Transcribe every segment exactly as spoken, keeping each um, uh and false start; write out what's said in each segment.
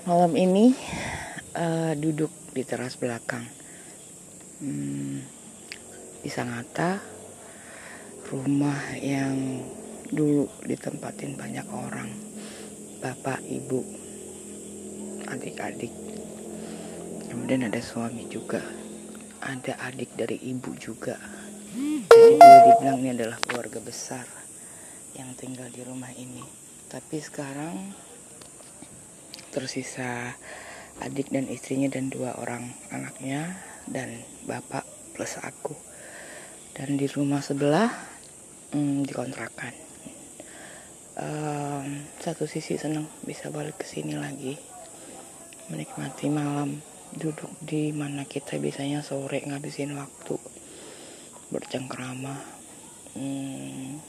Malam ini uh, duduk di teras belakang hmm, di Sangatta, rumah yang dulu ditempatin banyak orang, bapak, ibu, adik-adik, kemudian ada suami juga, ada adik dari ibu juga. Jadi boleh dibilang ini adalah keluarga besar yang tinggal di rumah ini. Tapi sekarang tersisa adik dan istrinya dan dua orang anaknya dan bapak plus aku. Dan di rumah sebelah hmm, dikontrakan. Um, satu sisi senang bisa balik ke sini lagi, menikmati malam, duduk di mana kita biasanya sore ngabisin waktu bercengkrama. Hmm,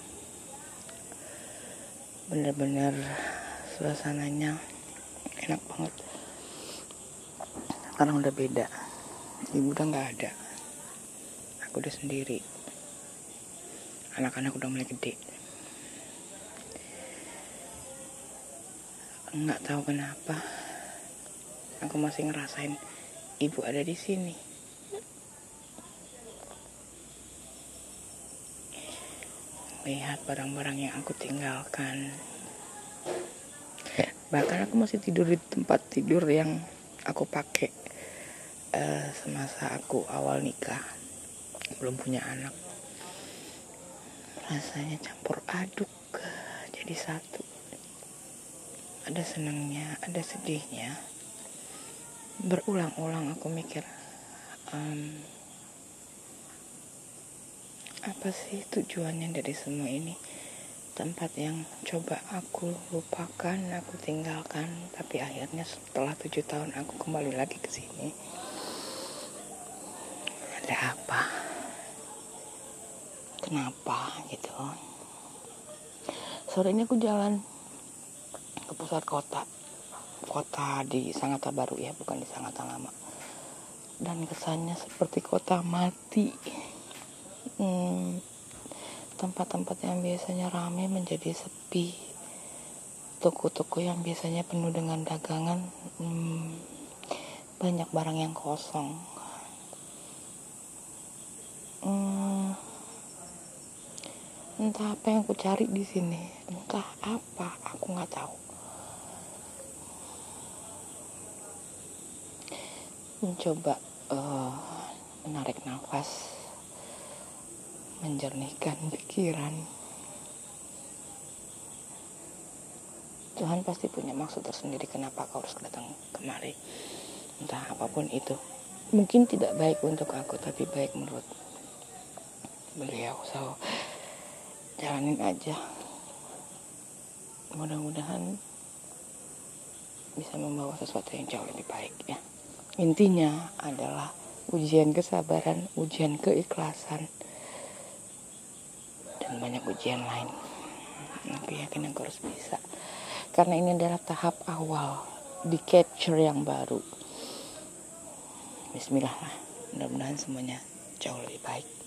bener-bener suasananya enak banget. Sekarang udah beda, ibu udah nggak ada, aku udah sendiri, anak-anak udah mulai gede. Nggak tahu kenapa aku masih ngerasain ibu ada di sini. Lihat barang-barang yang aku tinggalkan, bahkan aku masih tidur di tempat tidur yang aku pakai uh, semasa aku awal nikah, belum punya anak. Rasanya campur aduk jadi satu. Ada senangnya, ada sedihnya. Berulang-ulang aku mikir, um, apa sih tujuannya dari semua ini? Tempat yang coba aku lupakan, aku tinggalkan, tapi akhirnya setelah tujuh tahun aku kembali lagi ke sini. Ada apa? Kenapa gitu? Sore ini aku jalan ke pusat kota, kota di Sangatta baru ya, bukan di Sangatta lama. Dan kesannya seperti kota mati. Hmm, tempat-tempat yang biasanya ramai menjadi sepi. Toko-toko yang biasanya penuh dengan dagangan, hmm, banyak barang yang kosong. Hmm, entah apa yang aku cari di sini, entah apa, aku nggak tahu. Mencoba uh, menarik nafas, menjernihkan pikiran. Tuhan pasti punya maksud tersendiri kenapa kau harus datang kemari. Entah apapun itu. Mungkin tidak baik untuk aku, tapi baik menurut beliau. So, jalanin aja. Mudah-mudahan bisa membawa sesuatu yang jauh lebih baik ya. Intinya adalah ujian kesabaran, ujian keikhlasan, dan banyak ujian lain. Aku yakin aku harus bisa. Karena ini adalah tahap awal di capture yang baru. Bismillah lah, mudah-mudahan semuanya jauh lebih baik.